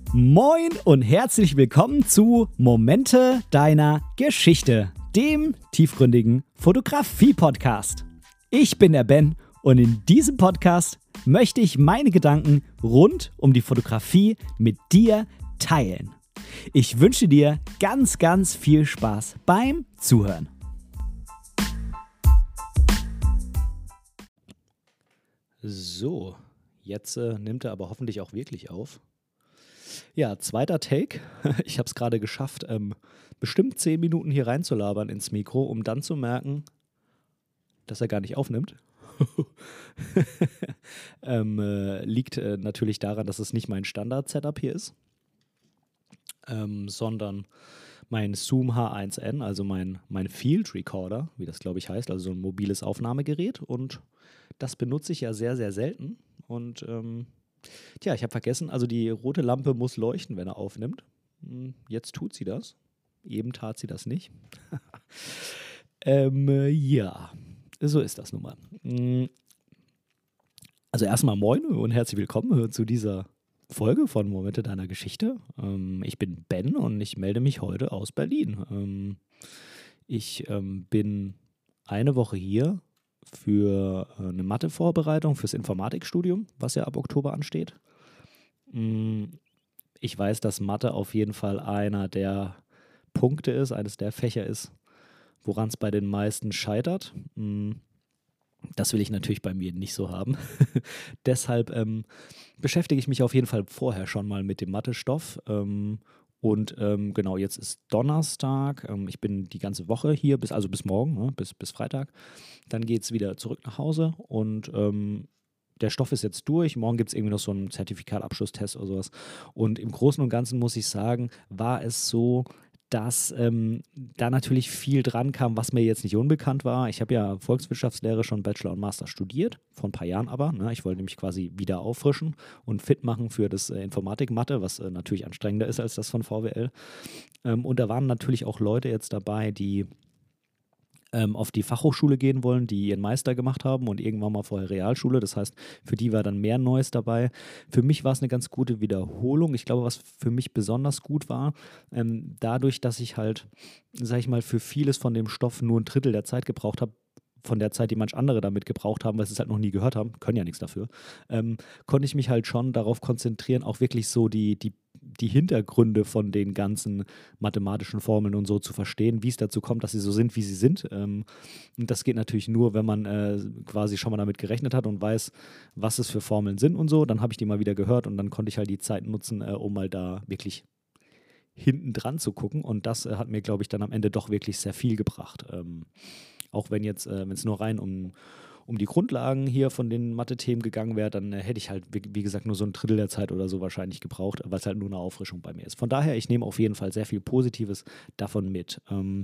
Moin und herzlich willkommen zu Momente deiner Geschichte, dem tiefgründigen Fotografie-Podcast. Ich bin der Ben und in diesem Podcast möchte ich meine Gedanken rund um die Fotografie mit dir teilen. Ich wünsche dir ganz, ganz viel Spaß beim Zuhören. So, jetzt nimmt er aber hoffentlich auch wirklich auf. Ja, zweiter Take. Ich habe es gerade geschafft, bestimmt 10 Minuten hier reinzulabern ins Mikro, um dann zu merken, dass er gar nicht aufnimmt. Liegt natürlich daran, dass es nicht mein Standard-Setup hier ist, sondern mein Zoom H1N, also mein Field Recorder, wie das glaube ich heißt, also so ein mobiles Aufnahmegerät. Und das benutze ich ja sehr, sehr selten. Und ich habe vergessen, also die rote Lampe muss leuchten, wenn er aufnimmt. Jetzt tut sie das. Eben tat sie das nicht. Ja, so ist das nun mal. Also erstmal moin und herzlich willkommen zu dieser Folge von Momente deiner Geschichte. Ich bin Ben und ich melde mich heute aus Berlin. Ich bin eine Woche hier für eine Mathevorbereitung fürs Informatikstudium, was ja ab Oktober ansteht. Ich weiß, dass Mathe auf jeden Fall einer der Punkte ist, eines der Fächer ist, woran es bei den meisten scheitert. Das will ich natürlich bei mir nicht so haben. Deshalb beschäftige ich mich auf jeden Fall vorher schon mal mit dem Mathestoff. Genau, jetzt ist Donnerstag. Ich bin die ganze Woche hier, bis morgen, ne, bis Freitag. Dann geht es wieder zurück nach Hause und der Stoff ist jetzt durch. Morgen gibt es irgendwie noch so einen Zertifikatabschlusstest oder sowas. Und im Großen und Ganzen muss ich sagen, war es so, dass da natürlich viel dran kam, was mir jetzt nicht unbekannt war. Ich habe ja Volkswirtschaftslehre schon Bachelor und Master studiert, vor ein paar Jahren aber. Ne? Ich wollte nämlich quasi wieder auffrischen und fit machen für das Informatik-Mathe, was natürlich anstrengender ist als das von VWL. Und da waren natürlich auch Leute jetzt dabei, die auf die Fachhochschule gehen wollen, die ihren Meister gemacht haben und irgendwann mal vorher Realschule. Das heißt, für die war dann mehr Neues dabei. Für mich war es eine ganz gute Wiederholung. Ich glaube, was für mich besonders gut war, dadurch, dass ich halt, sag ich mal, für vieles von dem Stoff nur ein Drittel der Zeit gebraucht habe, von der Zeit, die manch andere damit gebraucht haben, weil sie es halt noch nie gehört haben, können ja nichts dafür, konnte ich mich halt schon darauf konzentrieren, auch wirklich so die Hintergründe von den ganzen mathematischen Formeln und so zu verstehen, wie es dazu kommt, dass sie so sind, wie sie sind. Und das geht natürlich nur, wenn man quasi schon mal damit gerechnet hat und weiß, was es für Formeln sind und so. Dann habe ich die mal wieder gehört und dann konnte ich halt die Zeit nutzen, um mal da wirklich hinten dran zu gucken. Und das hat mir, glaube ich, dann am Ende doch wirklich sehr viel gebracht. Auch wenn jetzt, wenn es nur rein um die Grundlagen hier von den Mathe-Themen gegangen wäre, dann hätte ich halt, wie gesagt, nur so ein Drittel der Zeit oder so wahrscheinlich gebraucht, weil es halt nur eine Auffrischung bei mir ist. Von daher, ich nehme auf jeden Fall sehr viel Positives davon mit.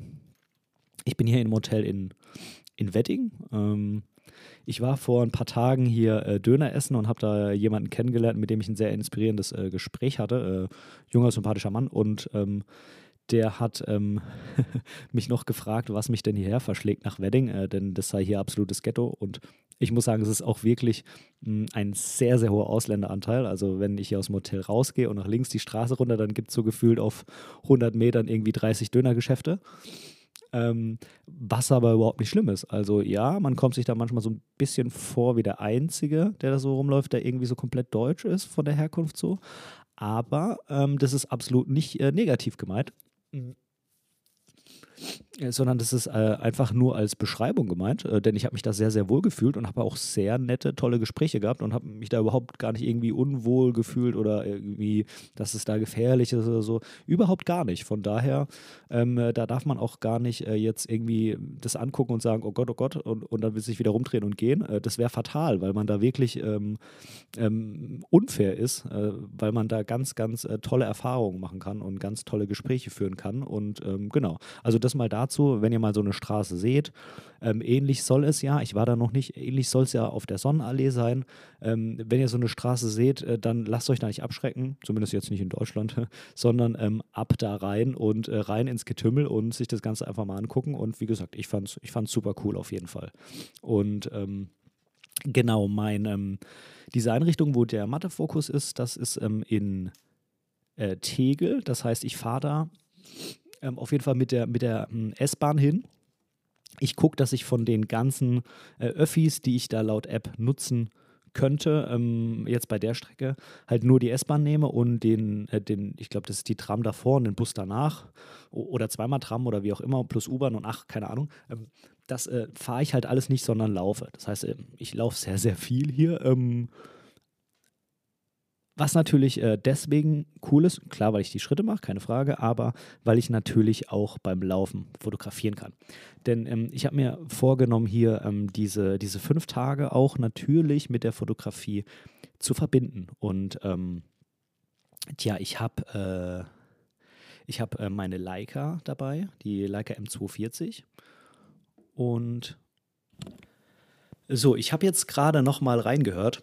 Ich bin hier im Hotel in Wedding. Ich war vor ein paar Tagen hier Döner essen und habe da jemanden kennengelernt, mit dem ich ein sehr inspirierendes Gespräch hatte. Junger, sympathischer Mann und der hat mich noch gefragt, was mich denn hierher verschlägt nach Wedding, denn das sei hier absolutes Ghetto. Und ich muss sagen, es ist auch wirklich ein sehr, sehr hoher Ausländeranteil. Also wenn ich hier aus dem Hotel rausgehe und nach links die Straße runter, dann gibt es so gefühlt auf 100 Metern irgendwie 30 Dönergeschäfte. Was aber überhaupt nicht schlimm ist. Also ja, man kommt sich da manchmal so ein bisschen vor wie der Einzige, der da so rumläuft, der irgendwie so komplett deutsch ist von der Herkunft so. Aber das ist absolut nicht negativ gemeint. Sondern das ist einfach nur als Beschreibung gemeint, denn ich habe mich da sehr, sehr wohl gefühlt und habe auch sehr nette, tolle Gespräche gehabt und habe mich da überhaupt gar nicht irgendwie unwohl gefühlt oder irgendwie, dass es da gefährlich ist oder so. Überhaupt gar nicht. Von daher, da darf man auch gar nicht jetzt irgendwie das angucken und sagen, oh Gott, und dann will sich wieder rumdrehen und gehen. Das wäre fatal, weil man da wirklich unfair ist, weil man da ganz, ganz tolle Erfahrungen machen kann und ganz tolle Gespräche führen kann. Und genau, also das mal dazu, wenn ihr mal so eine Straße seht. Ähnlich soll es ja, ich war da noch nicht, ähnlich soll es ja auf der Sonnenallee sein. Wenn ihr so eine Straße seht, dann lasst euch da nicht abschrecken, zumindest jetzt nicht in Deutschland, sondern ab da rein und rein ins Getümmel und sich das Ganze einfach mal angucken. Und wie gesagt, ich fand's super cool auf jeden Fall. Und genau, diese Einrichtung, wo der Mathefokus ist, das ist in Tegel. Das heißt, ich fahre da auf jeden Fall mit der S-Bahn hin. Ich gucke, dass ich von den ganzen Öffis, die ich da laut App nutzen könnte, jetzt bei der Strecke, halt nur die S-Bahn nehme und ich glaube, das ist die Tram davor und den Bus danach oder zweimal Tram oder wie auch immer, plus U-Bahn und ach, keine Ahnung. Das fahre ich halt alles nicht, sondern laufe. Das heißt, ich laufe sehr, sehr viel hier. Was natürlich deswegen cool ist, klar, weil ich die Schritte mache, keine Frage, aber weil ich natürlich auch beim Laufen fotografieren kann. Denn ich habe mir vorgenommen, hier diese 5 Tage auch natürlich mit der Fotografie zu verbinden. Und tja, ich hab meine Leica dabei, die Leica M240. Und so, ich habe jetzt gerade noch mal reingehört.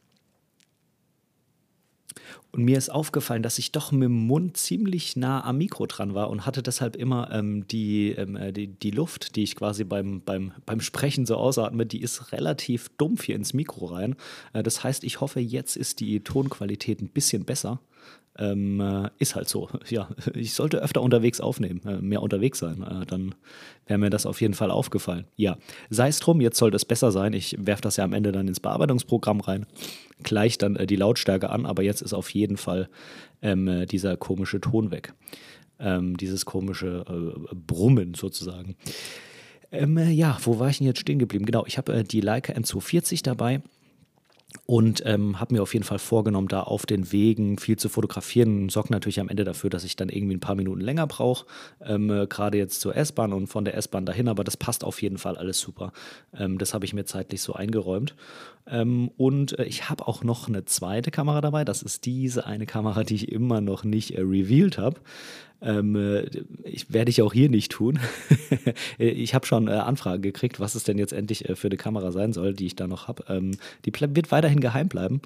Und mir ist aufgefallen, dass ich doch mit dem Mund ziemlich nah am Mikro dran war und hatte deshalb immer die Luft, die ich quasi beim Sprechen so ausatme, die ist relativ dumpf hier ins Mikro rein. Das heißt, ich hoffe, jetzt ist die Tonqualität ein bisschen besser. Ist halt so. Ja, ich sollte öfter unterwegs aufnehmen, mehr unterwegs sein. Dann wäre mir das auf jeden Fall aufgefallen. Ja, sei es drum, jetzt sollte es besser sein. Ich werfe das ja am Ende dann ins Bearbeitungsprogramm rein, gleich dann die Lautstärke an, aber jetzt ist auf jeden Fall dieser komische Ton weg. Dieses komische Brummen sozusagen. Ja, wo war ich denn jetzt stehen geblieben? Genau, ich habe die Leica M240 dabei. Und habe mir auf jeden Fall vorgenommen, da auf den Wegen viel zu fotografieren. Sorgt natürlich am Ende dafür, dass ich dann irgendwie ein paar Minuten länger brauche. Gerade jetzt zur S-Bahn und von der S-Bahn dahin, aber das passt auf jeden Fall alles super. Das habe ich mir zeitlich so eingeräumt. Und ich habe auch noch eine zweite Kamera dabei. Das ist diese eine Kamera, die ich immer noch nicht revealed habe. Werde ich auch hier nicht tun. Ich habe schon Anfragen gekriegt, was es denn jetzt endlich für eine Kamera sein soll, die ich da noch habe. Wird weiterhin geheim bleiben.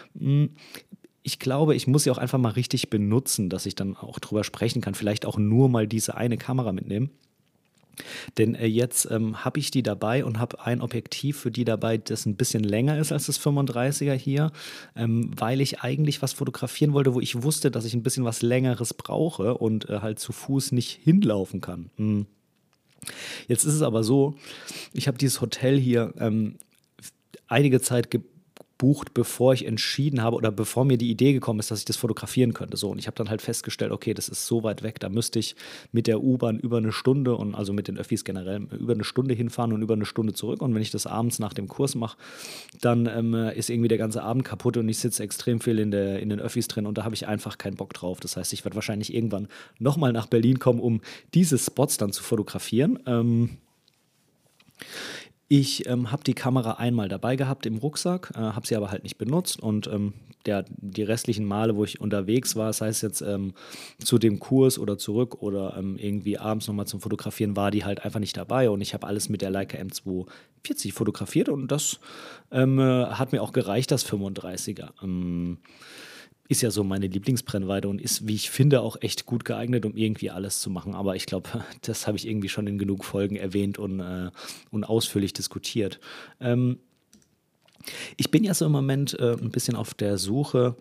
Ich glaube, ich muss sie auch einfach mal richtig benutzen, dass ich dann auch drüber sprechen kann. Vielleicht auch nur mal diese eine Kamera mitnehmen. Denn jetzt habe ich die dabei und habe ein Objektiv für die dabei, das ein bisschen länger ist als das 35er hier, weil ich eigentlich was fotografieren wollte, wo ich wusste, dass ich ein bisschen was Längeres brauche und halt zu Fuß nicht hinlaufen kann. Jetzt ist es aber so, ich habe dieses Hotel hier einige Zeit gebucht, bevor ich entschieden habe oder bevor mir die Idee gekommen ist, dass ich das fotografieren könnte. So, und ich habe dann halt festgestellt, okay, das ist so weit weg, da müsste ich mit der U-Bahn über eine Stunde und also mit den Öffis generell über eine Stunde hinfahren und über eine Stunde zurück. Und wenn ich das abends nach dem Kurs mache, dann ist irgendwie der ganze Abend kaputt und ich sitze extrem viel in den Öffis drin und da habe ich einfach keinen Bock drauf. Das heißt, ich werde wahrscheinlich irgendwann nochmal nach Berlin kommen, um diese Spots dann zu fotografieren. Ich habe die Kamera einmal dabei gehabt im Rucksack, habe sie aber halt nicht benutzt und die restlichen Male, wo ich unterwegs war, sei es jetzt zu dem Kurs oder zurück oder irgendwie abends nochmal zum Fotografieren, war die halt einfach nicht dabei und ich habe alles mit der Leica M240 fotografiert und das hat mir auch gereicht, das 35er. Ist ja so meine Lieblingsbrennweite und ist, wie ich finde, auch echt gut geeignet, um irgendwie alles zu machen. Aber ich glaube, das habe ich irgendwie schon in genug Folgen erwähnt und ausführlich diskutiert. Ich bin ja so im Moment ein bisschen auf der Suche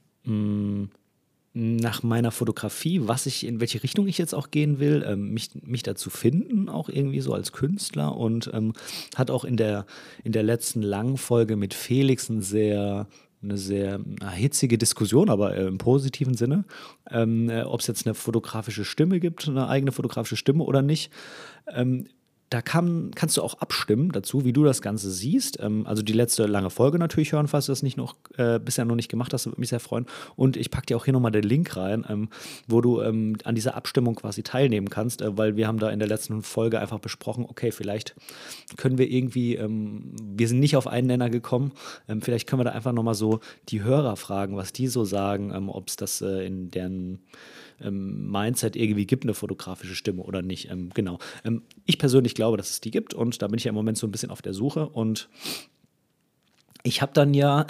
nach meiner Fotografie, in welche Richtung ich jetzt auch gehen will, mich dazu finden, auch irgendwie so als Künstler und hat auch in der letzten langen Folge mit Felix eine sehr hitzige Diskussion, aber im positiven Sinne, ob es jetzt eine fotografische Stimme gibt, eine eigene fotografische Stimme oder nicht. Da kannst du auch abstimmen dazu, wie du das Ganze siehst. Also die letzte lange Folge natürlich hören, falls du das bisher noch nicht gemacht hast, würde mich sehr freuen. Und ich packe dir auch hier nochmal den Link rein, wo du an dieser Abstimmung quasi teilnehmen kannst, weil wir haben da in der letzten Folge einfach besprochen, okay, vielleicht können wir irgendwie, wir sind nicht auf einen Nenner gekommen, vielleicht können wir da einfach nochmal so die Hörer fragen, was die so sagen, ob es das in deren Mindset irgendwie gibt, eine fotografische Stimme oder nicht. Genau. Ich persönlich glaube, dass es die gibt und da bin ich ja im Moment so ein bisschen auf der Suche und ich habe dann ja,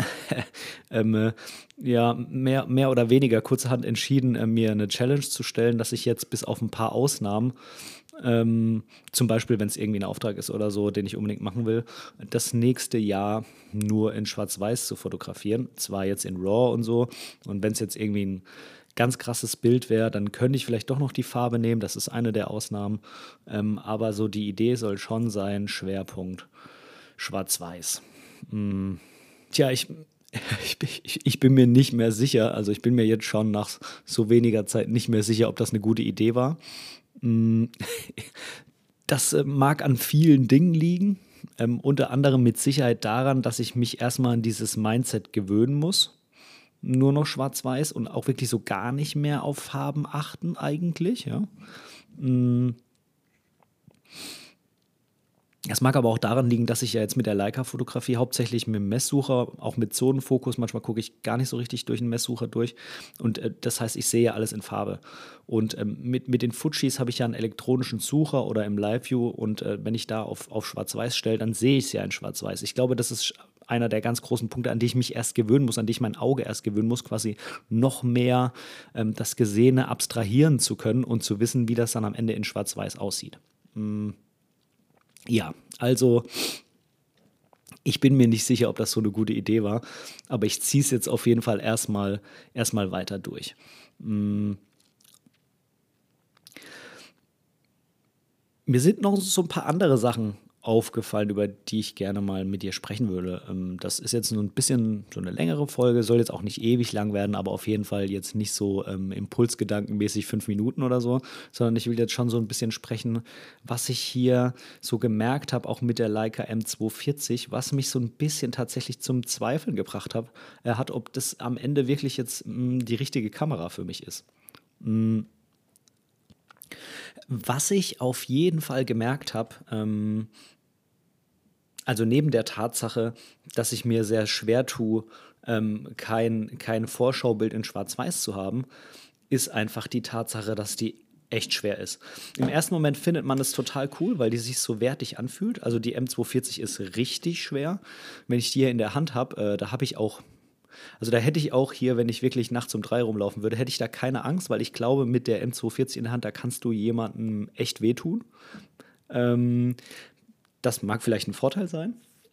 ja mehr oder weniger kurzerhand entschieden, mir eine Challenge zu stellen, dass ich jetzt bis auf ein paar Ausnahmen, zum Beispiel, wenn es irgendwie ein Auftrag ist oder so, den ich unbedingt machen will, das nächste Jahr nur in Schwarz-Weiß zu fotografieren. Zwar jetzt in RAW und so und wenn es jetzt irgendwie ein ganz krasses Bild wäre, dann könnte ich vielleicht doch noch die Farbe nehmen. Das ist eine der Ausnahmen. Aber so die Idee soll schon sein, Schwerpunkt Schwarz-Weiß. Tja, ich bin mir nicht mehr sicher. Also ich bin mir jetzt schon nach so weniger Zeit nicht mehr sicher, ob das eine gute Idee war. Das mag an vielen Dingen liegen. Unter anderem mit Sicherheit daran, dass ich mich erstmal an dieses Mindset gewöhnen muss. Nur noch schwarz-weiß und auch wirklich so gar nicht mehr auf Farben achten eigentlich. Ja. Es mag aber auch daran liegen, dass ich ja jetzt mit der Leica-Fotografie hauptsächlich mit dem Messsucher, auch mit Zonenfokus, manchmal gucke ich gar nicht so richtig durch den Messsucher durch. Und das heißt, ich sehe ja alles in Farbe. Und mit den Fujis habe ich ja einen elektronischen Sucher oder im Live-View. Und wenn ich da auf Schwarz-Weiß stelle, dann sehe ich es ja in Schwarz-Weiß. Ich glaube, das ist einer der ganz großen Punkte, an die ich mich erst gewöhnen muss, an die ich mein Auge erst gewöhnen muss, quasi noch mehr das Gesehene abstrahieren zu können und zu wissen, wie das dann am Ende in Schwarz-Weiß aussieht. Ja, also ich bin mir nicht sicher, ob das so eine gute Idee war, aber ich ziehe es jetzt auf jeden Fall erstmal weiter durch. Mir sind noch so ein paar andere Sachen aufgefallen, über die ich gerne mal mit dir sprechen würde. Das ist jetzt so ein bisschen so eine längere Folge, soll jetzt auch nicht ewig lang werden, aber auf jeden Fall jetzt nicht so impulsgedankenmäßig 5 Minuten oder so, sondern ich will jetzt schon so ein bisschen sprechen, was ich hier so gemerkt habe, auch mit der Leica M240, was mich so ein bisschen tatsächlich zum Zweifeln gebracht hat, ob das am Ende wirklich jetzt die richtige Kamera für mich ist. Was ich auf jeden Fall gemerkt habe, also neben der Tatsache, dass ich mir sehr schwer tue, kein Vorschaubild in Schwarz-Weiß zu haben, ist einfach die Tatsache, dass die echt schwer ist. Im ersten Moment findet man es total cool, weil die sich so wertig anfühlt. Also die M240 ist richtig schwer. Wenn ich die hier in der Hand habe, da hätte ich auch hier, wenn ich wirklich nachts um 3 rumlaufen würde, hätte ich da keine Angst, weil ich glaube, mit der M240 in der Hand, da kannst du jemandem echt wehtun. Das mag vielleicht ein Vorteil sein.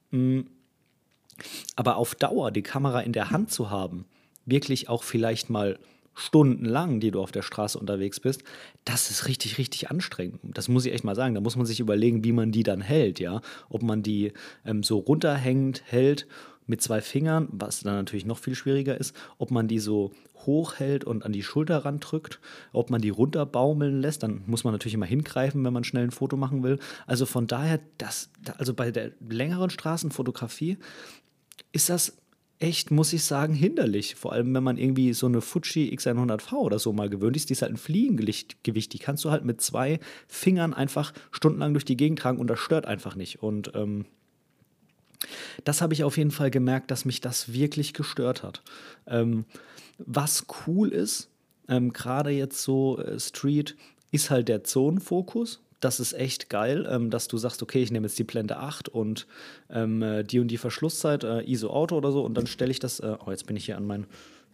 Aber auf Dauer die Kamera in der Hand zu haben, wirklich auch vielleicht mal stundenlang, die du auf der Straße unterwegs bist, das ist richtig, richtig anstrengend. Das muss ich echt mal sagen. Da muss man sich überlegen, wie man die dann hält, ja. Ob man die so runterhängend hält mit 2 Fingern, was dann natürlich noch viel schwieriger ist, ob man die so hoch hält und an die Schulter randrückt, ob man die runterbaumeln lässt, dann muss man natürlich immer hingreifen, wenn man schnell ein Foto machen will. Also von daher, also bei der längeren Straßenfotografie ist das echt, muss ich sagen, hinderlich. Vor allem, wenn man irgendwie so eine Fuji X100V oder so mal gewöhnt ist, die ist halt ein Fliegengewicht. Die kannst du halt mit 2 Fingern einfach stundenlang durch die Gegend tragen und das stört einfach nicht. Und das habe ich auf jeden Fall gemerkt, dass mich das wirklich gestört hat. Was cool ist, gerade jetzt so Street, ist halt der Zonenfokus. Das ist echt geil, dass du sagst, okay, ich nehme jetzt die Blende 8 und die und die Verschlusszeit, ISO Auto oder so, und dann stelle ich das, jetzt bin ich hier an mein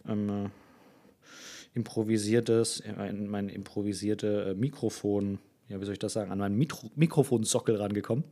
mein improvisierte Mikrofon, ja, wie soll ich das sagen, an meinen Mikrofonsockel rangekommen.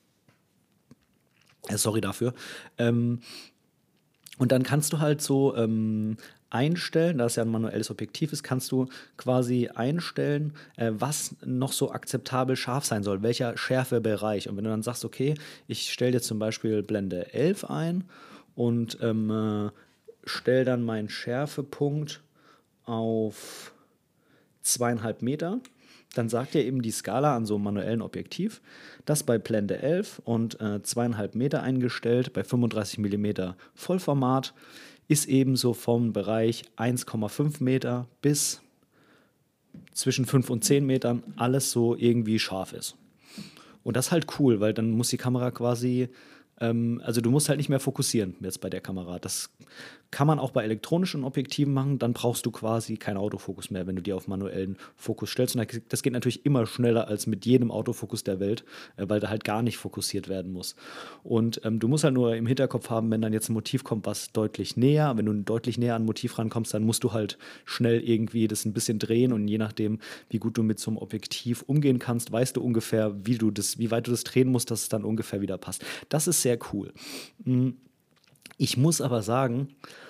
Sorry dafür. Und dann kannst du halt so einstellen, da es ja ein manuelles Objektiv ist, kannst du quasi einstellen, was noch so akzeptabel scharf sein soll, welcher Schärfebereich. Und wenn du dann sagst, okay, ich stelle jetzt zum Beispiel Blende 11 ein und stelle dann meinen Schärfepunkt auf 2,5 Meter, dann sagt dir eben die Skala an so einem manuellen Objektiv, dass bei Blende 11 und 2,5 Meter eingestellt, bei 35 mm Vollformat, ist eben so vom Bereich 1,5 Meter bis zwischen 5 und 10 Metern alles so irgendwie scharf ist. Und das ist halt cool, weil dann muss die Kamera quasi, also du musst halt nicht mehr fokussieren jetzt bei der Kamera. Das kann man auch bei elektronischen Objektiven machen, dann brauchst du quasi keinen Autofokus mehr, wenn du die auf manuellen Fokus stellst. Und das geht natürlich immer schneller als mit jedem Autofokus der Welt, weil da halt gar nicht fokussiert werden muss. Und du musst halt nur im Hinterkopf haben, wenn dann jetzt ein Motiv kommt, was deutlich näher, wenn du deutlich näher an ein Motiv rankommst, dann musst du halt schnell irgendwie das ein bisschen drehen, und je nachdem, wie gut du mit so einem Objektiv umgehen kannst, weißt du ungefähr, wie weit du das drehen musst, dass es dann ungefähr wieder passt. Das ist sehr cool. Ich muss aber sagen,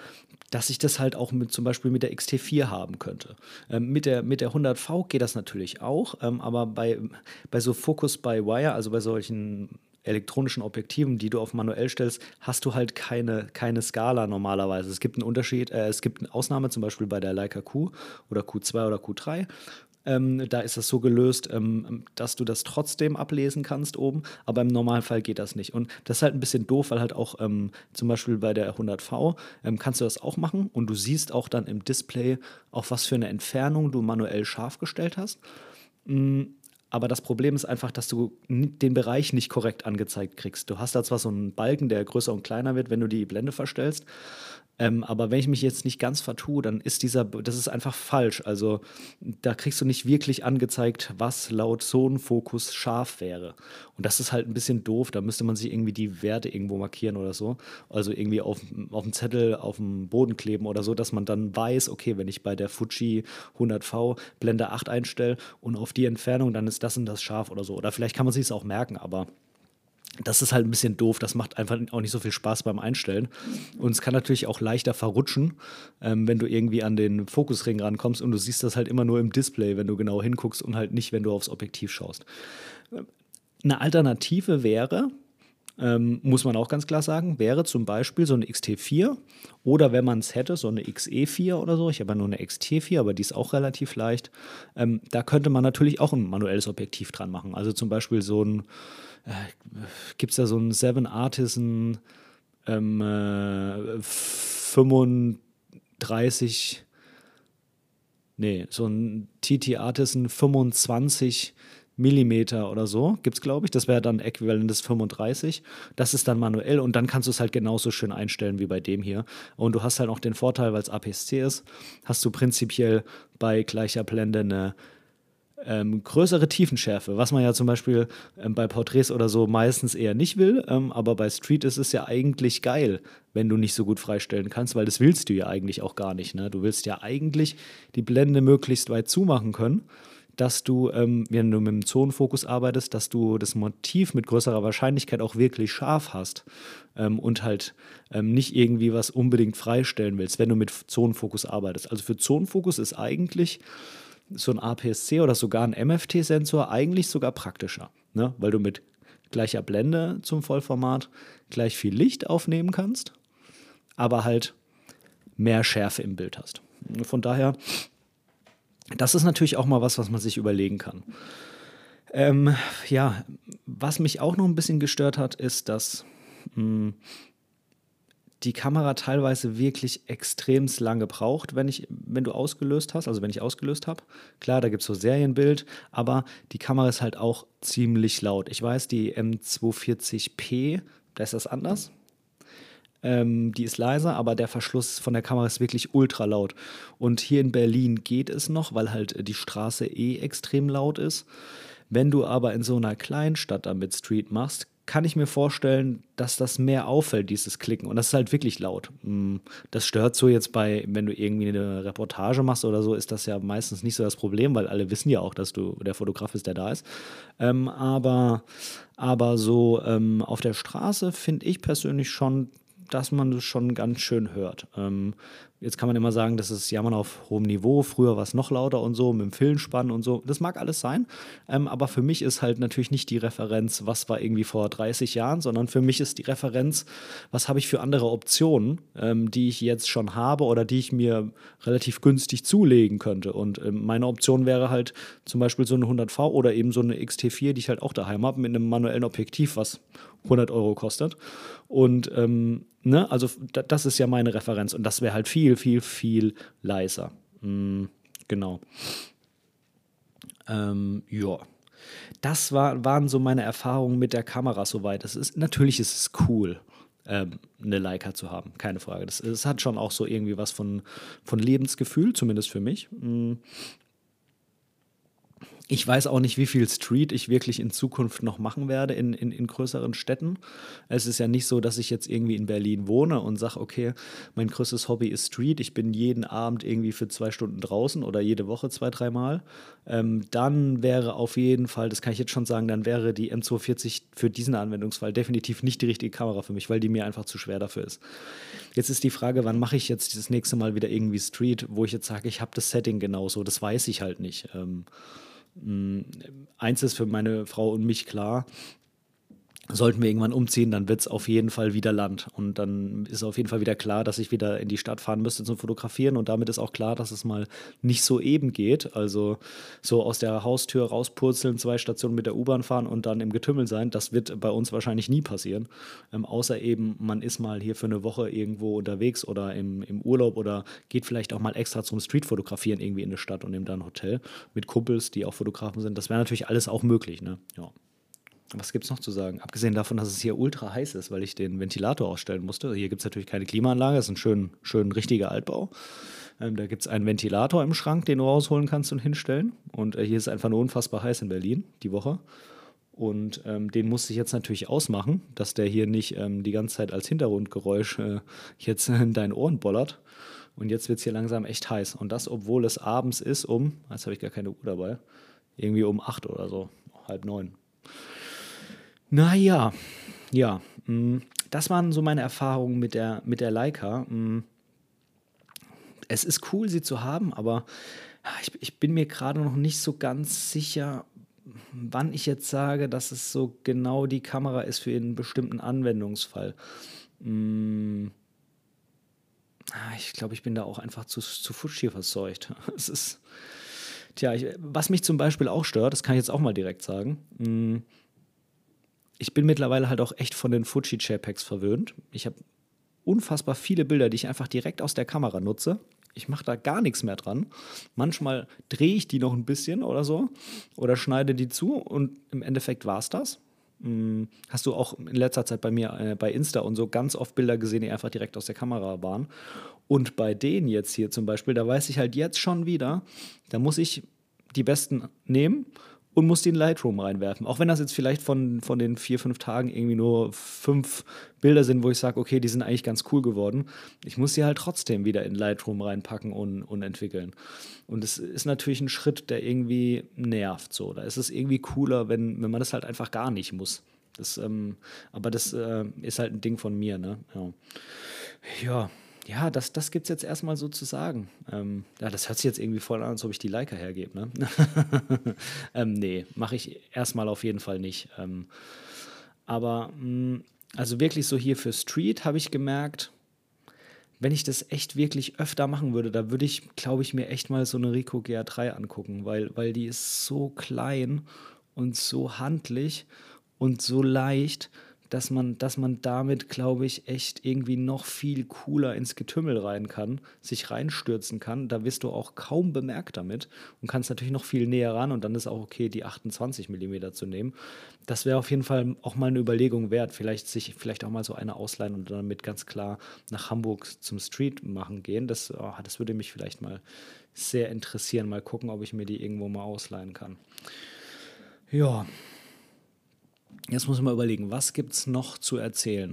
dass ich das halt auch zum Beispiel mit der X-T4 haben könnte. Mit der 100V geht das natürlich auch, aber bei so Focus by Wire, also bei solchen elektronischen Objektiven, die du auf manuell stellst, hast du halt keine Skala normalerweise. Es gibt einen Unterschied, es gibt eine Ausnahme, zum Beispiel bei der Leica Q oder Q2 oder Q3. Da ist das so gelöst, dass du das trotzdem ablesen kannst oben, aber im Normalfall geht das nicht. Und das ist halt ein bisschen doof, weil halt auch zum Beispiel bei der 100V kannst du das auch machen und du siehst auch dann im Display, auf was für eine Entfernung du manuell scharf gestellt hast. Aber das Problem ist einfach, dass du den Bereich nicht korrekt angezeigt kriegst. Du hast da zwar so einen Balken, der größer und kleiner wird, wenn du die Blende verstellst. Aber wenn ich mich jetzt nicht ganz vertue, dann ist das ist einfach falsch. Also da kriegst du nicht wirklich angezeigt, was laut Zonenfokus scharf wäre. Und das ist halt ein bisschen doof. Da müsste man sich irgendwie die Werte irgendwo markieren oder so. Also irgendwie auf dem Zettel, auf dem Boden kleben oder so, dass man dann weiß, okay, wenn ich bei der Fuji 100V Blende 8 einstelle und auf die Entfernung, dann ist das und das scharf oder so. Oder vielleicht kann man sich es auch merken, aber das ist halt ein bisschen doof, das macht einfach auch nicht so viel Spaß beim Einstellen. Und es kann natürlich auch leichter verrutschen, wenn du irgendwie an den Fokusring rankommst und du siehst das halt immer nur im Display, wenn du genau hinguckst und halt nicht, wenn du aufs Objektiv schaust. Eine Alternative wäre, muss man auch ganz klar sagen, wäre zum Beispiel so eine X-T4 oder wenn man es hätte, so eine XE4 oder so. Ich habe ja nur eine X-T4, aber die ist auch relativ leicht. Da könnte man natürlich auch ein manuelles Objektiv dran machen. Also zum Beispiel gibt es da so einen Seven Artisan 35, nee, so ein TT Artisan 25 Millimeter oder so, gibt es, glaube ich. Das wäre dann äquivalent des 35. Das ist dann manuell und dann kannst du es halt genauso schön einstellen wie bei dem hier. Und du hast halt auch den Vorteil, weil es APS-C ist, hast du prinzipiell bei gleicher Blende eine größere Tiefenschärfe, was man ja zum Beispiel bei Porträts oder so meistens eher nicht will, aber bei Street ist es ja eigentlich geil, wenn du nicht so gut freistellen kannst, weil das willst du ja eigentlich auch gar nicht. Ne? Du willst ja eigentlich die Blende möglichst weit zumachen können, dass du, wenn du mit dem Zonenfokus arbeitest, dass du das Motiv mit größerer Wahrscheinlichkeit auch wirklich scharf hast und halt nicht irgendwie was unbedingt freistellen willst, wenn du mit Zonenfokus arbeitest. Also für Zonenfokus ist eigentlich so ein APS-C oder sogar ein MFT-Sensor eigentlich sogar praktischer, ne? Weil du mit gleicher Blende zum Vollformat gleich viel Licht aufnehmen kannst, aber halt mehr Schärfe im Bild hast. Von daher, das ist natürlich auch mal was man sich überlegen kann. Ja, was mich auch noch ein bisschen gestört hat, ist, dass die Kamera teilweise wirklich extremst lange braucht, wenn du ausgelöst hast, also wenn ich ausgelöst habe. Klar, da gibt es so Serienbild, aber die Kamera ist halt auch ziemlich laut. Ich weiß, die M240p, da ist das anders. Die ist leiser, aber der Verschluss von der Kamera ist wirklich ultra laut. Und hier in Berlin geht es noch, weil halt die Straße extrem laut ist. Wenn du aber in so einer Kleinstadt damit Street machst, kann ich mir vorstellen, dass das mehr auffällt, dieses Klicken. Und das ist halt wirklich laut. Das stört so jetzt wenn du irgendwie eine Reportage machst oder so, ist das ja meistens nicht so das Problem, weil alle wissen ja auch, dass du der Fotograf ist, der da ist. Aber so auf der Straße finde ich persönlich schon, dass man das schon ganz schön hört. Jetzt kann man immer sagen, das ist Jammern auf hohem Niveau. Früher war es noch lauter und so, mit dem Filmspann und so. Das mag alles sein. Aber für mich ist halt natürlich nicht die Referenz, was war irgendwie vor 30 Jahren, sondern für mich ist die Referenz, was habe ich für andere Optionen, die ich jetzt schon habe oder die ich mir relativ günstig zulegen könnte. Und meine Option wäre halt zum Beispiel so eine 100V oder eben so eine X-T4, die ich halt auch daheim habe, mit einem manuellen Objektiv, was 100 Euro kostet. Und ne, also das ist ja meine Referenz und das wäre halt viel, viel, viel leiser. Genau. Ja. Das waren so meine Erfahrungen mit der Kamera soweit. Natürlich ist es cool, eine Leica zu haben, keine Frage. Es hat schon auch so irgendwie was von Lebensgefühl, zumindest für mich. Ich weiß auch nicht, wie viel Street ich wirklich in Zukunft noch machen werde in größeren Städten. Es ist ja nicht so, dass ich jetzt irgendwie in Berlin wohne und sage, okay, mein größtes Hobby ist Street. Ich bin jeden Abend irgendwie für 2 Stunden draußen oder jede Woche 2, 3 Mal. Dann wäre auf jeden Fall, das kann ich jetzt schon sagen, dann wäre die M240 für diesen Anwendungsfall definitiv nicht die richtige Kamera für mich, weil die mir einfach zu schwer dafür ist. Jetzt ist die Frage, wann mache ich jetzt das nächste Mal wieder irgendwie Street, wo ich jetzt sage, ich habe das Setting genauso. Das weiß ich halt nicht. Eins ist für meine Frau und mich klar, sollten wir irgendwann umziehen, dann wird es auf jeden Fall wieder Land. Und dann ist auf jeden Fall wieder klar, dass ich wieder in die Stadt fahren müsste zum Fotografieren. Und damit ist auch klar, dass es mal nicht so eben geht. Also so aus der Haustür rauspurzeln, 2 Stationen mit der U-Bahn fahren und dann im Getümmel sein, das wird bei uns wahrscheinlich nie passieren. Außer eben, man ist mal hier für eine Woche irgendwo unterwegs oder im Urlaub oder geht vielleicht auch mal extra zum Streetfotografieren irgendwie in eine Stadt und nimmt da ein Hotel mit Kumpels, die auch Fotografen sind. Das wäre natürlich alles auch möglich, ne? Ja. Was gibt es noch zu sagen? Abgesehen davon, dass es hier ultra heiß ist, weil ich den Ventilator ausstellen musste. Hier gibt es natürlich keine Klimaanlage, das ist ein schön richtiger Altbau. Da gibt es einen Ventilator im Schrank, den du rausholen kannst und hinstellen. Und hier ist es einfach nur unfassbar heiß in Berlin, die Woche. Und den musste ich jetzt natürlich ausmachen, dass der hier nicht die ganze Zeit als Hintergrundgeräusch jetzt in deinen Ohren bollert. Und jetzt wird es hier langsam echt heiß. Und das, obwohl es abends ist jetzt habe ich gar keine Uhr dabei, irgendwie um 8 oder so, halb 9. Naja, ja, das waren so meine Erfahrungen mit der Leica. Es ist cool, sie zu haben, aber ich bin mir gerade noch nicht so ganz sicher, wann ich jetzt sage, dass es so genau die Kamera ist für einen bestimmten Anwendungsfall. Ich glaube, ich bin da auch einfach zu Fuji verseucht. Es ist, tja, was mich zum Beispiel auch stört, das kann ich jetzt auch mal direkt sagen. Ich bin mittlerweile halt auch echt von den Fuji JPEGs verwöhnt. Ich habe unfassbar viele Bilder, die ich einfach direkt aus der Kamera nutze. Ich mache da gar nichts mehr dran. Manchmal drehe ich die noch ein bisschen oder so oder schneide die zu und im Endeffekt war es das. Hast du auch in letzter Zeit bei mir bei Insta und so ganz oft Bilder gesehen, die einfach direkt aus der Kamera waren. Und bei denen jetzt hier zum Beispiel, da weiß ich halt jetzt schon wieder, da muss ich die besten nehmen und muss die in Lightroom reinwerfen. Auch wenn das jetzt vielleicht von den 4, 5 Tagen irgendwie nur 5 Bilder sind, wo ich sage, okay, die sind eigentlich ganz cool geworden. Ich muss sie halt trotzdem wieder in Lightroom reinpacken und entwickeln. Und es ist natürlich ein Schritt, der irgendwie nervt. So. Da ist es irgendwie cooler, wenn man das halt einfach gar nicht muss. Aber das ist halt ein Ding von mir, ne? Ja, das gibt es jetzt erstmal so zu sagen. Das hört sich jetzt irgendwie voll an, als ob ich die Leica hergebe, ne? Nee, mache ich erstmal auf jeden Fall nicht. Aber also wirklich so hier für Street habe ich gemerkt, wenn ich das echt wirklich öfter machen würde, da würde ich, glaube ich, mir echt mal so eine Ricoh GR3 angucken, weil die ist so klein und so handlich und so leicht, dass man damit, glaube ich, echt irgendwie noch viel cooler ins Getümmel rein kann, sich reinstürzen kann. Da wirst du auch kaum bemerkt damit und kannst natürlich noch viel näher ran und dann ist auch okay, die 28 mm zu nehmen. Das wäre auf jeden Fall auch mal eine Überlegung wert, vielleicht auch mal so eine ausleihen und damit ganz klar nach Hamburg zum Street machen gehen. Das würde mich vielleicht mal sehr interessieren. Mal gucken, ob ich mir die irgendwo mal ausleihen kann. Ja, jetzt muss ich mal überlegen, was gibt es noch zu erzählen?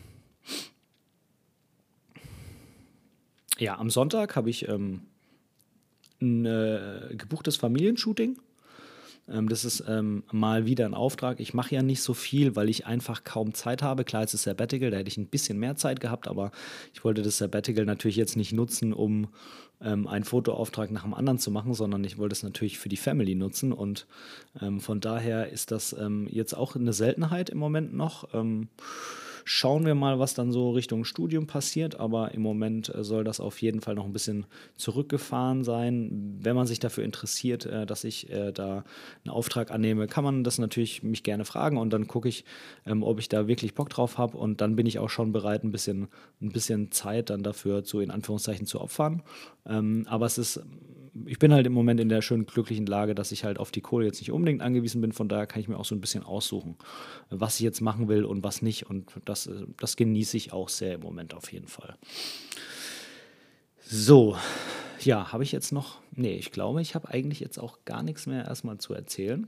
Ja, am Sonntag habe ich ein gebuchtes Familienshooting. Das ist mal wieder ein Auftrag. Ich mache ja nicht so viel, weil ich einfach kaum Zeit habe. Klar, es ist Sabbatical, da hätte ich ein bisschen mehr Zeit gehabt, aber ich wollte das Sabbatical natürlich jetzt nicht nutzen, um einen Fotoauftrag nach dem anderen zu machen, sondern ich wollte es natürlich für die Family nutzen und von daher ist das jetzt auch eine Seltenheit im Moment noch. Schauen wir mal, was dann so Richtung Studium passiert, aber im Moment soll das auf jeden Fall noch ein bisschen zurückgefahren sein. Wenn man sich dafür interessiert, dass ich da einen Auftrag annehme, kann man das natürlich mich gerne fragen und dann gucke ich, ob ich da wirklich Bock drauf habe und dann bin ich auch schon bereit, ein bisschen Zeit dann dafür in Anführungszeichen zu opfern. Aber ich bin halt im Moment in der schönen glücklichen Lage, dass ich halt auf die Kohle jetzt nicht unbedingt angewiesen bin. Von daher kann ich mir auch so ein bisschen aussuchen, was ich jetzt machen will und was nicht. Und das genieße ich auch sehr im Moment auf jeden Fall. So, Ja, habe ich jetzt noch? Nee, ich glaube, ich habe eigentlich jetzt auch gar nichts mehr erstmal zu erzählen.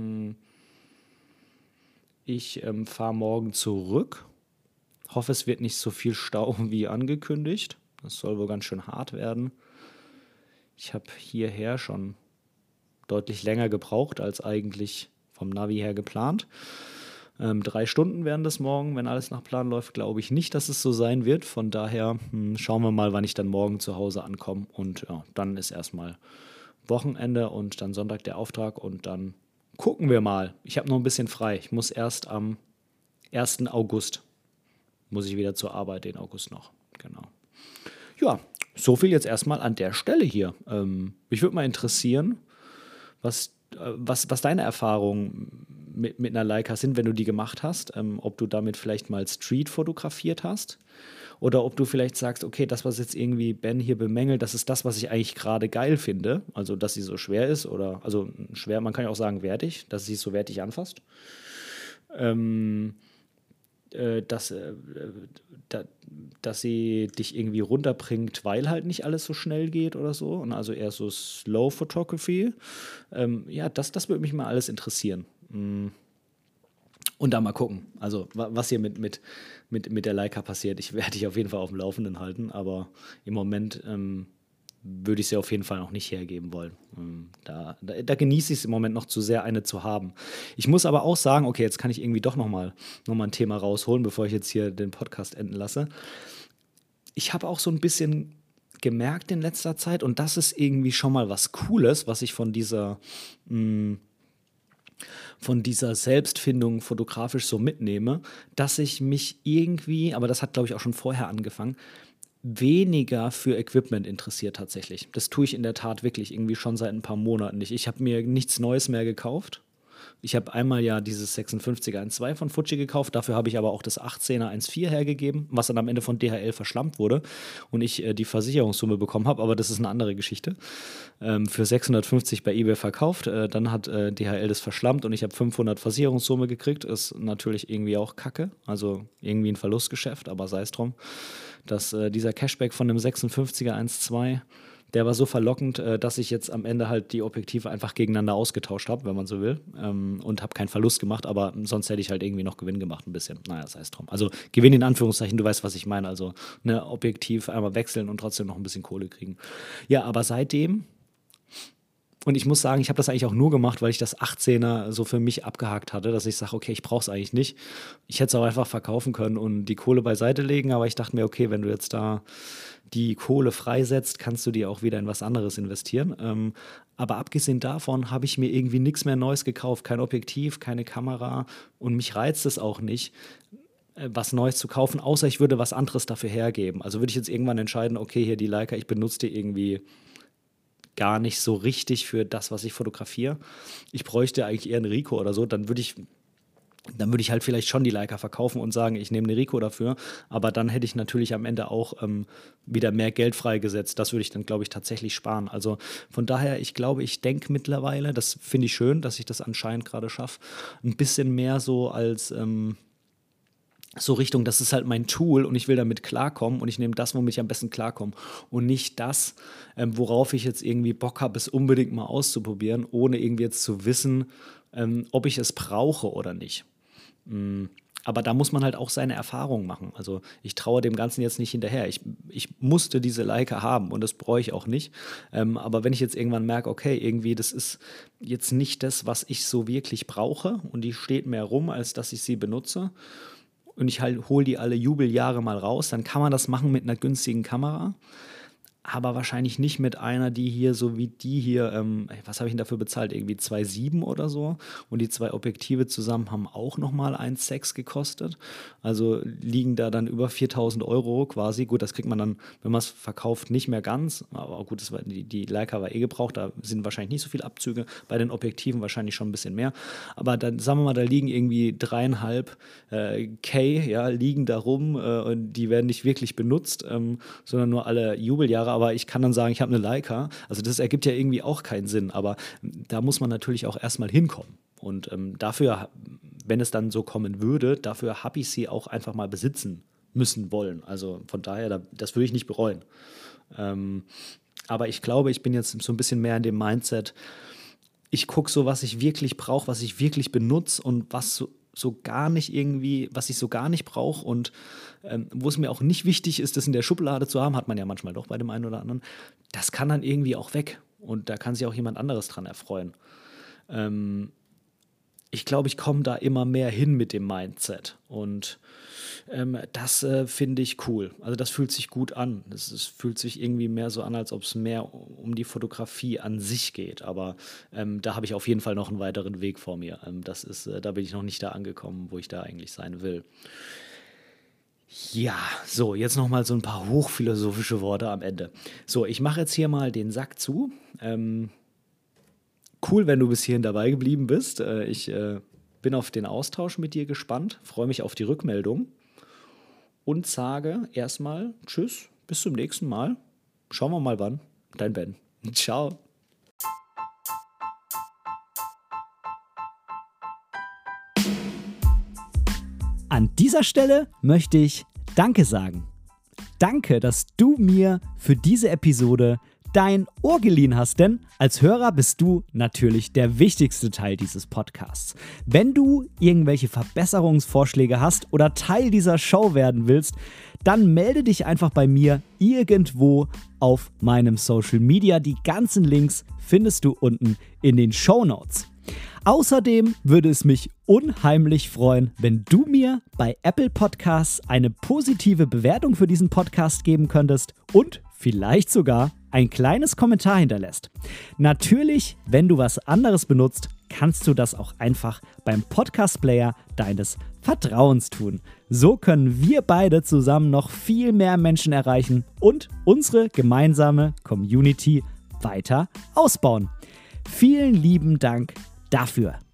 Ich fahre morgen zurück. Hoffe, es wird nicht so viel Stau wie angekündigt. Das soll wohl ganz schön hart werden. Ich habe hierher schon deutlich länger gebraucht als eigentlich vom Navi her geplant. 3 Stunden wären das morgen, wenn alles nach Plan läuft. Glaube ich nicht, dass es so sein wird. Von daher schauen wir mal, wann ich dann morgen zu Hause ankomme. Und ja, dann ist erstmal Wochenende und dann Sonntag der Auftrag und dann gucken wir mal. Ich habe noch ein bisschen frei. Ich muss erst am 1. August muss ich wieder zur Arbeit, den August noch. Genau. Ja, so viel jetzt erstmal an der Stelle hier. Mich würde mal interessieren, was deine Erfahrungen mit einer Leica sind, wenn du die gemacht hast. Ob du damit vielleicht mal Street fotografiert hast oder ob du vielleicht sagst, okay, das, was jetzt irgendwie Ben hier bemängelt, das ist das, was ich eigentlich gerade geil finde. Also, dass sie so schwer ist oder, also schwer, man kann ja auch sagen wertig, dass sie es so wertig anfasst. Ähm, dass, da, dass sie dich irgendwie runterbringt, weil halt nicht alles so schnell geht oder so. Und also eher so Slow Photography. Ja, das würde mich mal alles interessieren. Und da mal gucken, also was hier mit der Leica passiert. Ich werde dich auf jeden Fall auf dem Laufenden halten, aber im Moment würde ich sie auf jeden Fall noch nicht hergeben wollen. Da genieße ich es im Moment noch zu sehr, eine zu haben. Ich muss aber auch sagen, okay, jetzt kann ich irgendwie doch noch mal ein Thema rausholen, bevor ich jetzt hier den Podcast enden lasse. Ich habe auch so ein bisschen gemerkt in letzter Zeit, und das ist irgendwie schon mal was Cooles, was ich von dieser Selbstfindung fotografisch so mitnehme, dass ich mich irgendwie, aber das hat, glaube ich, auch schon vorher angefangen, weniger für Equipment interessiert tatsächlich. Das tue ich in der Tat wirklich irgendwie schon seit ein paar Monaten nicht. Ich habe mir nichts Neues mehr gekauft. Ich habe einmal ja dieses 56er 1.2 von Fuji gekauft, dafür habe ich aber auch das 18er 1.4 hergegeben, was dann am Ende von DHL verschlampt wurde und ich die Versicherungssumme bekommen habe, aber das ist eine andere Geschichte. Für 650 bei eBay verkauft, dann hat DHL das verschlammt und ich habe 500 Versicherungssumme gekriegt, ist natürlich irgendwie auch kacke, also irgendwie ein Verlustgeschäft, aber sei es drum, dass dieser Cashback von dem 56er 1.2, der war so verlockend, dass ich jetzt am Ende halt die Objektive einfach gegeneinander ausgetauscht habe, wenn man so will. Und habe keinen Verlust gemacht, aber sonst hätte ich halt irgendwie noch Gewinn gemacht, ein bisschen. Naja, sei es drum. Also Gewinn in Anführungszeichen, du weißt, was ich meine. Also ne, Objektiv einmal wechseln und trotzdem noch ein bisschen Kohle kriegen. Ja, aber seitdem, und ich muss sagen, ich habe das eigentlich auch nur gemacht, weil ich das 18er so für mich abgehakt hatte, dass ich sage, okay, ich brauche es eigentlich nicht. Ich hätte es auch einfach verkaufen können und die Kohle beiseite legen, aber ich dachte mir, okay, wenn du jetzt da die Kohle freisetzt, kannst du die auch wieder in was anderes investieren. Aber abgesehen davon habe ich mir irgendwie nichts mehr Neues gekauft. Kein Objektiv, keine Kamera und mich reizt es auch nicht, was Neues zu kaufen, außer ich würde was anderes dafür hergeben. Also würde ich jetzt irgendwann entscheiden, okay, hier die Leica, ich benutze die irgendwie gar nicht so richtig für das, was ich fotografiere. Ich bräuchte eigentlich eher einen Ricoh oder so, dann würde ich halt vielleicht schon die Leica verkaufen und sagen, ich nehme eine Ricoh dafür. Aber dann hätte ich natürlich am Ende auch wieder mehr Geld freigesetzt. Das würde ich dann, glaube ich, tatsächlich sparen. Also von daher, ich glaube, ich denke mittlerweile, das finde ich schön, dass ich das anscheinend gerade schaffe, ein bisschen mehr so als so Richtung, das ist halt mein Tool und ich will damit klarkommen und ich nehme das, womit ich am besten klarkomme und nicht das, worauf ich jetzt irgendwie Bock habe, es unbedingt mal auszuprobieren, ohne irgendwie jetzt zu wissen, ob ich es brauche oder nicht. Aber da muss man halt auch seine Erfahrungen machen. Also ich traue dem Ganzen jetzt nicht hinterher. Ich musste diese Leica haben und das bräuchte ich auch nicht. Aber wenn ich jetzt irgendwann merke, okay, irgendwie das ist jetzt nicht das, was ich so wirklich brauche und die steht mehr rum, als dass ich sie benutze und ich halt hole die alle Jubeljahre mal raus, dann kann man das machen mit einer günstigen Kamera. Aber wahrscheinlich nicht mit einer, die hier, so wie die hier, was habe ich denn dafür bezahlt? Irgendwie 2,7 oder so. Und die zwei Objektive zusammen haben auch nochmal 1,6 gekostet. Also liegen da dann über 4.000 Euro quasi. Gut, das kriegt man dann, wenn man es verkauft, nicht mehr ganz. Aber gut, die Leica war eh gebraucht, da sind wahrscheinlich nicht so viele Abzüge. Bei den Objektiven wahrscheinlich schon ein bisschen mehr. Aber dann, sagen wir mal, da liegen irgendwie 3,5 K, ja, liegen da rum und die werden nicht wirklich benutzt, sondern nur alle Jubeljahre. Aber ich kann dann sagen, ich habe eine Leica. Also das ergibt ja irgendwie auch keinen Sinn. Aber da muss man natürlich auch erstmal hinkommen. Und dafür, wenn es dann so kommen würde, dafür habe ich sie auch einfach mal besitzen müssen wollen. Also von daher, das würde ich nicht bereuen. Aber ich glaube, ich bin jetzt so ein bisschen mehr in dem Mindset, ich gucke so, was ich wirklich brauche, was ich wirklich benutze und was so gar nicht irgendwie, was ich so gar nicht brauche und wo es mir auch nicht wichtig ist, das in der Schublade zu haben, hat man ja manchmal doch bei dem einen oder anderen, das kann dann irgendwie auch weg und da kann sich auch jemand anderes dran erfreuen. Ich glaube, ich komme da immer mehr hin mit dem Mindset und das finde ich cool. Also das fühlt sich gut an. Es fühlt sich irgendwie mehr so an, als ob es mehr um die Fotografie an sich geht. Aber da habe ich auf jeden Fall noch einen weiteren Weg vor mir. Da bin ich noch nicht da angekommen, wo ich da eigentlich sein will. Ja, so, jetzt noch mal so ein paar hochphilosophische Worte am Ende. So, ich mache jetzt hier mal den Sack zu. Cool, wenn du bis hierhin dabei geblieben bist. Ich bin auf den Austausch mit dir gespannt, freue mich auf die Rückmeldung und sage erstmal Tschüss, bis zum nächsten Mal. Schauen wir mal wann. Dein Ben. Ciao. An dieser Stelle möchte ich Danke sagen. Danke, dass du mir für diese Episode dein Ohr geliehen hast, denn als Hörer bist du natürlich der wichtigste Teil dieses Podcasts. Wenn du irgendwelche Verbesserungsvorschläge hast oder Teil dieser Show werden willst, dann melde dich einfach bei mir irgendwo auf meinem Social Media. Die ganzen Links findest du unten in den Shownotes. Außerdem würde es mich unheimlich freuen, wenn du mir bei Apple Podcasts eine positive Bewertung für diesen Podcast geben könntest und vielleicht sogar ein kleines Kommentar hinterlässt. Natürlich, wenn du was anderes benutzt, kannst du das auch einfach beim Podcast-Player deines Vertrauens tun. So können wir beide zusammen noch viel mehr Menschen erreichen und unsere gemeinsame Community weiter ausbauen. Vielen lieben Dank dafür.